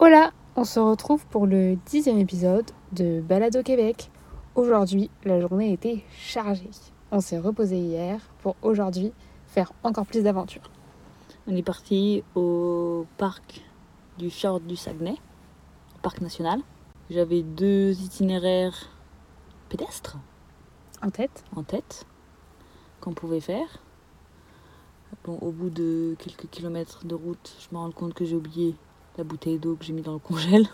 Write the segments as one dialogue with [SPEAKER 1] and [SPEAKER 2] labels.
[SPEAKER 1] Hola, on se retrouve pour le 10e épisode de Balade au Québec. Aujourd'hui, la journée était chargée. On s'est reposé hier pour aujourd'hui faire encore plus d'aventures.
[SPEAKER 2] On est parti au parc du Fjord du Saguenay, parc national. J'avais 2 itinéraires pédestres
[SPEAKER 1] En tête,
[SPEAKER 2] qu'on pouvait faire. Bon, au bout de quelques kilomètres de route, je me rends compte que j'ai oublié la bouteille d'eau que j'ai mis dans le congèle.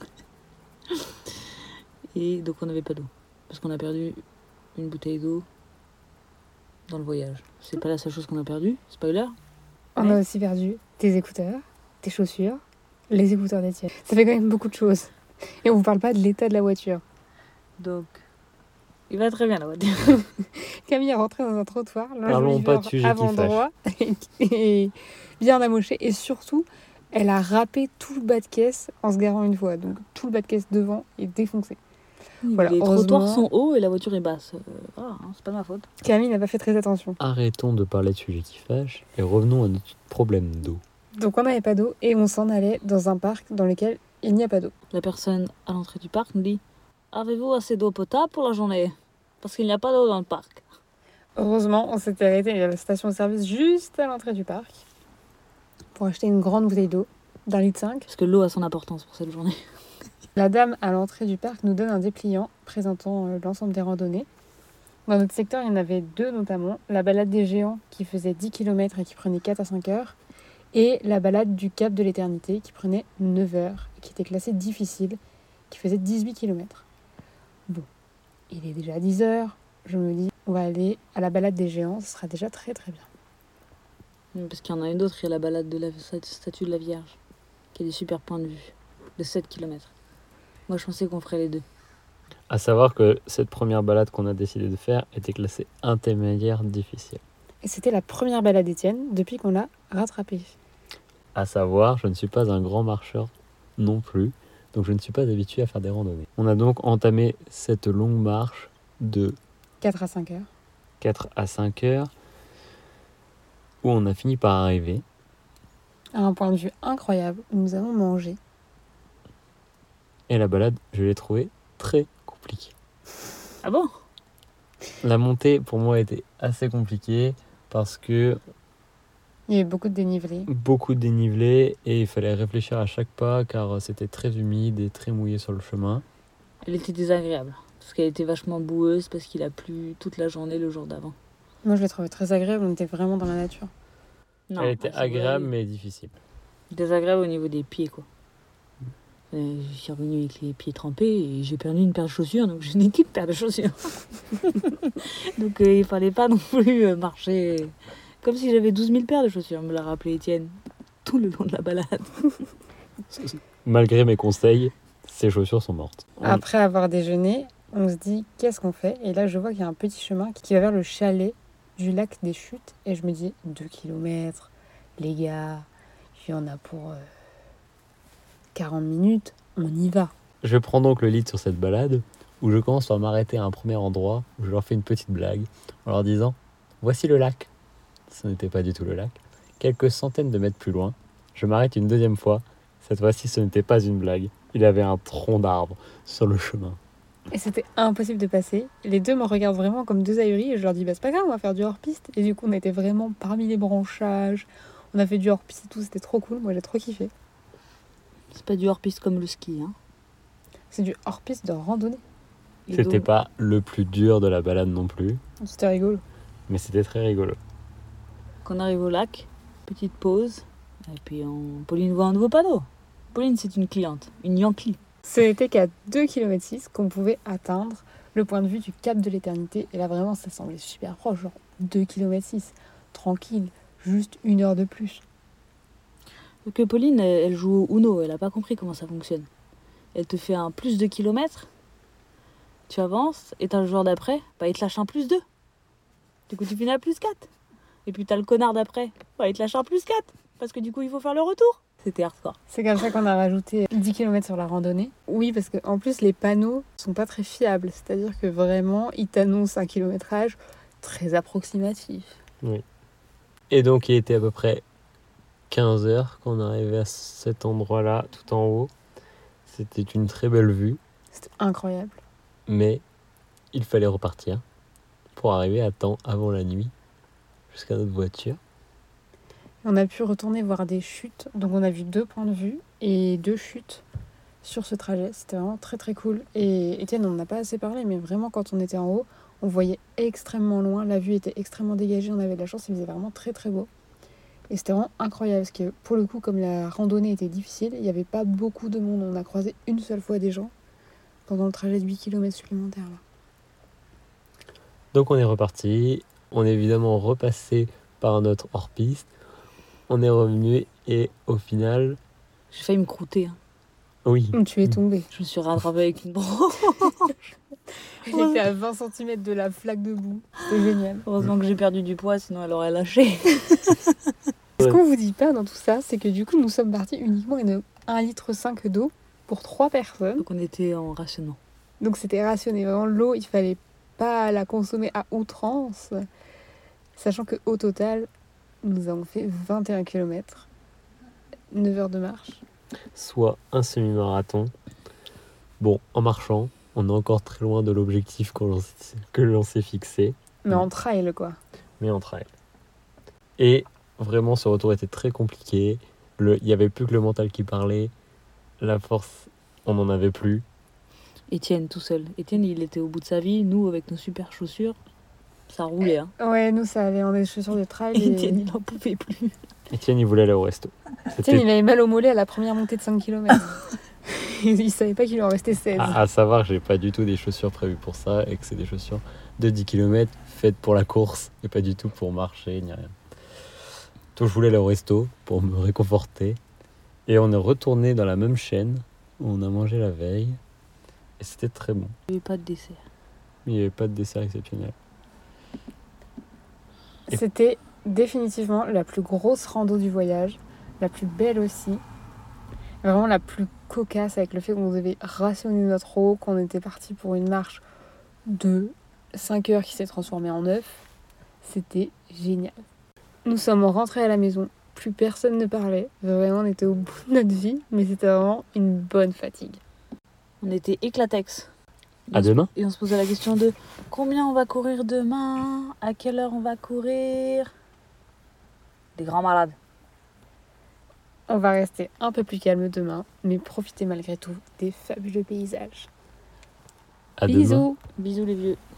[SPEAKER 2] Et donc on n'avait pas d'eau. Parce qu'on a perdu une bouteille d'eau dans le voyage. C'est pas la seule chose qu'on a perdue, spoiler.
[SPEAKER 1] on a aussi perdu tes écouteurs, tes chaussures, les écouteurs d'Étienne. Ça fait quand même beaucoup de choses. Et on vous parle pas de l'état de la voiture.
[SPEAKER 2] Donc, il va très bien la voiture.
[SPEAKER 1] Camille est rentrée dans un trottoir,
[SPEAKER 3] Parlons pas de sujet
[SPEAKER 1] avant
[SPEAKER 3] qui fâche.
[SPEAKER 1] droit, et bien amoché. Et surtout, elle a râpé tout le bas de caisse en se garant une fois. Donc tout le bas de caisse devant est défoncé. Voilà,
[SPEAKER 2] Les trottoirs
[SPEAKER 1] heureusement.
[SPEAKER 2] sont hauts et la voiture est basse. Voilà, hein, c'est pas de ma faute.
[SPEAKER 1] Camille n'a pas fait très attention.
[SPEAKER 3] Arrêtons de parler de sujets qui fâchent et revenons à notre problème d'eau.
[SPEAKER 1] Donc on n'avait pas d'eau et on s'en allait dans un parc dans lequel il n'y a pas d'eau.
[SPEAKER 2] La personne à l'entrée du parc nous dit « Avez-vous assez d'eau potable pour la journée ? Parce qu'il n'y a pas d'eau dans le parc.
[SPEAKER 1] Heureusement, on s'était arrêté à la station-service juste à l'entrée du parc pour acheter une grande bouteille d'eau d'1,5 litre. »
[SPEAKER 2] Parce que l'eau a son importance pour cette journée.
[SPEAKER 1] La dame à l'entrée du parc nous donne un dépliant présentant l'ensemble des randonnées. Dans notre secteur, il y en avait 2 notamment. La balade des géants qui faisait 10 km et qui prenait 4 à 5 heures. Et la balade du Cap de l'Éternité qui prenait 9 heures et qui était classée difficile, qui faisait 18 km. Bon, il est déjà 10 heures. Je me dis, on va aller à la balade des géants, ce sera déjà très très bien.
[SPEAKER 2] Parce qu'il y en a une autre, il y a la balade de la statue de la Vierge, qui a des super points de vue, de 7 km. Moi, je pensais qu'on ferait les 2.
[SPEAKER 3] À savoir que cette première balade qu'on a décidé de faire était classée intermédiaire difficile.
[SPEAKER 1] Et c'était la première balade d'Étienne depuis qu'on l'a rattrapée.
[SPEAKER 3] À savoir, je ne suis pas un grand marcheur non plus, donc je ne suis pas habitué à faire des randonnées. On a donc entamé cette longue marche de
[SPEAKER 1] 4 à 5 heures.
[SPEAKER 3] 4 à 5 heures, où on a fini par arriver.
[SPEAKER 1] À un point de vue incroyable où nous avons mangé.
[SPEAKER 3] Et la balade, je l'ai trouvée très compliquée.
[SPEAKER 2] Ah bon ?
[SPEAKER 3] La montée, pour moi, était assez compliquée parce que
[SPEAKER 1] Il y a eu beaucoup de dénivelé.
[SPEAKER 3] beaucoup de dénivelé et il fallait réfléchir à chaque pas car c'était très humide et très mouillé sur le chemin.
[SPEAKER 2] Elle était désagréable, parce qu'elle était vachement boueuse, parce qu'il a plu toute la journée le jour d'avant.
[SPEAKER 1] Moi, je l'ai trouvé très agréable, on était vraiment dans la nature.
[SPEAKER 2] Non,
[SPEAKER 3] Elle était
[SPEAKER 2] c'est
[SPEAKER 3] agréable
[SPEAKER 2] vrai.
[SPEAKER 3] mais difficile.
[SPEAKER 2] Désagréable au niveau des pieds, quoi. Je suis revenue avec les pieds trempés et j'ai perdu une paire de chaussures, donc je n'ai qu'une paire de chaussures. Donc il fallait pas non plus marcher comme si j'avais 12 000 paires de chaussures, me l'a rappelé Étienne, tout le long de la balade.
[SPEAKER 3] Malgré mes conseils, ces chaussures sont mortes.
[SPEAKER 1] Après avoir déjeuné, on se dit qu'est-ce qu'on fait ? Et là, je vois qu'il y a un petit chemin qui va vers le chalet du lac des Chutes. Et je me dis 2 km, les gars, il y en a pour 40 minutes, on y va.
[SPEAKER 3] Je prends donc le lead sur cette balade où je commence par m'arrêter à un premier endroit où je leur fais une petite blague en leur disant « Voici le lac ». Ce n'était pas du tout le lac. Quelques centaines de mètres plus loin, je m'arrête une deuxième fois. Cette fois-ci, ce n'était pas une blague. Il y avait un tronc d'arbre sur le chemin.
[SPEAKER 1] Et c'était impossible de passer. Les 2 me regardent vraiment comme 2 ahuris. Et je leur dis, bah, c'est pas grave, on va faire du hors-piste. Et du coup, on était vraiment parmi les branchages. On a fait du hors-piste et tout, c'était trop cool. Moi, j'ai trop kiffé.
[SPEAKER 2] C'est pas du hors-piste comme le ski, hein.
[SPEAKER 1] C'est du hors-piste de randonnée.
[SPEAKER 2] Et
[SPEAKER 3] C'était
[SPEAKER 2] donc,
[SPEAKER 3] pas le plus dur de la balade non plus,
[SPEAKER 1] C'était rigolo.
[SPEAKER 3] mais c'était très rigolo.
[SPEAKER 2] quand on arrive au lac, petite pause, et puis Pauline voit un nouveau panneau. Pauline, c'est une cliente, une Yankee.
[SPEAKER 1] Ce n'était qu'à 2,6 km qu'on pouvait atteindre le point de vue du Cap de l'Éternité. Et là, vraiment, ça semblait super proche. Genre 2,6 km, tranquille, juste 1 heure de plus.
[SPEAKER 2] Donc Pauline, elle joue au Uno, elle a pas compris comment ça fonctionne. Elle te fait un plus de kilomètres, tu avances, et t'as le joueur d'après, bah il te lâche un plus 2. Du coup, tu finis à plus 4. Et puis t'as le connard d'après, bah il te lâche un plus 4. Parce que du coup, il faut faire le retour. C'était hardcore.
[SPEAKER 1] C'est comme ça qu'on a rajouté 10 km sur la randonnée. Oui, parce qu'en plus, les panneaux sont pas très fiables. C'est-à-dire que vraiment, ils t'annoncent un kilométrage très approximatif.
[SPEAKER 3] Et donc, il était à peu près 15 heures quand on arrivait à cet endroit-là, tout en haut. C'était une très belle vue,
[SPEAKER 1] C'était incroyable.
[SPEAKER 3] mais il fallait repartir pour arriver à temps avant la nuit jusqu'à notre voiture.
[SPEAKER 1] On a pu retourner voir des chutes. Donc on a vu 2 points de vue et 2 chutes sur ce trajet. C'était vraiment très très cool. Et Étienne, on n'en a pas assez parlé, mais vraiment quand on était en haut, on voyait extrêmement loin. La vue était extrêmement dégagée. On avait de la chance, il faisait vraiment très très beau. Et c'était vraiment incroyable parce que pour le coup, comme la randonnée était difficile, il n'y avait pas beaucoup de monde. On a croisé une seule fois des gens pendant le trajet de 8 km supplémentaires là.
[SPEAKER 3] Donc on est reparti, on est évidemment repassé par notre hors-piste, on est revenu et au final,
[SPEAKER 2] J'ai failli me croûter. Hein.
[SPEAKER 3] oui,
[SPEAKER 1] Tu es tombé.
[SPEAKER 2] Je me suis rattrapée avec une branche.
[SPEAKER 1] J'étais à 20 cm de la flaque de boue. C'était génial.
[SPEAKER 2] Heureusement que j'ai perdu du poids, sinon elle aurait lâché.
[SPEAKER 1] Ce qu'on vous dit pas dans tout ça, c'est que du coup, nous sommes partis uniquement avec 1,5 litre d'eau pour 3 personnes.
[SPEAKER 2] Donc on était en rationnement.
[SPEAKER 1] Donc c'était rationné. Vraiment, l'eau, il fallait pas la consommer à outrance. Sachant qu'au total, nous avons fait 21 km, 9 heures de marche.
[SPEAKER 3] soit un semi-marathon. Bon, en marchant, on est encore très loin de l'objectif que l'on s'est fixé,
[SPEAKER 1] Mais en trail, quoi.
[SPEAKER 3] mais en trail. Et vraiment, ce retour était très compliqué. Il n'y avait plus que le mental qui parlait. La force, on n'en avait plus.
[SPEAKER 2] Étienne tout seul. Étienne, il était au bout de sa vie. Nous, avec nos super chaussures, ça roulait. Hein.
[SPEAKER 1] Ouais, nous, ça allait. On a des chaussures de trail.
[SPEAKER 2] Étienne, il en pouvait plus.
[SPEAKER 3] Étienne, il voulait aller au resto.
[SPEAKER 1] Étienne, il avait mal au mollet à la première montée de 5 km. Il savait pas qu'il lui en restait 16.
[SPEAKER 3] À savoir que j'ai pas du tout des chaussures prévues pour ça et que c'est des chaussures de 10 km faites pour la course et pas du tout pour marcher ni rien. Donc je voulais aller au resto pour me réconforter et on est retourné dans la même chaîne où on a mangé la veille et c'était très bon.
[SPEAKER 2] Il n'y avait pas de dessert.
[SPEAKER 3] Il n'y avait pas de dessert exceptionnel.
[SPEAKER 1] C'était définitivement la plus grosse rando du voyage, la plus belle aussi, vraiment la plus cocasse avec le fait qu'on devait rationner notre eau, qu'on était parti pour une marche de 5 heures qui s'est transformée en 9. C'était génial. Nous sommes rentrés à la maison, plus personne ne parlait, vraiment on était au bout de notre vie, mais c'était vraiment une bonne fatigue.
[SPEAKER 2] On était éclatex.
[SPEAKER 3] À demain.
[SPEAKER 2] Et on se posait la question de combien on va courir demain, à quelle heure on va courir. Des grands malades.
[SPEAKER 1] On va rester un peu plus calme demain, mais profiter malgré tout des fabuleux paysages.
[SPEAKER 3] À demain.
[SPEAKER 1] Bisous.
[SPEAKER 2] Bisous les vieux.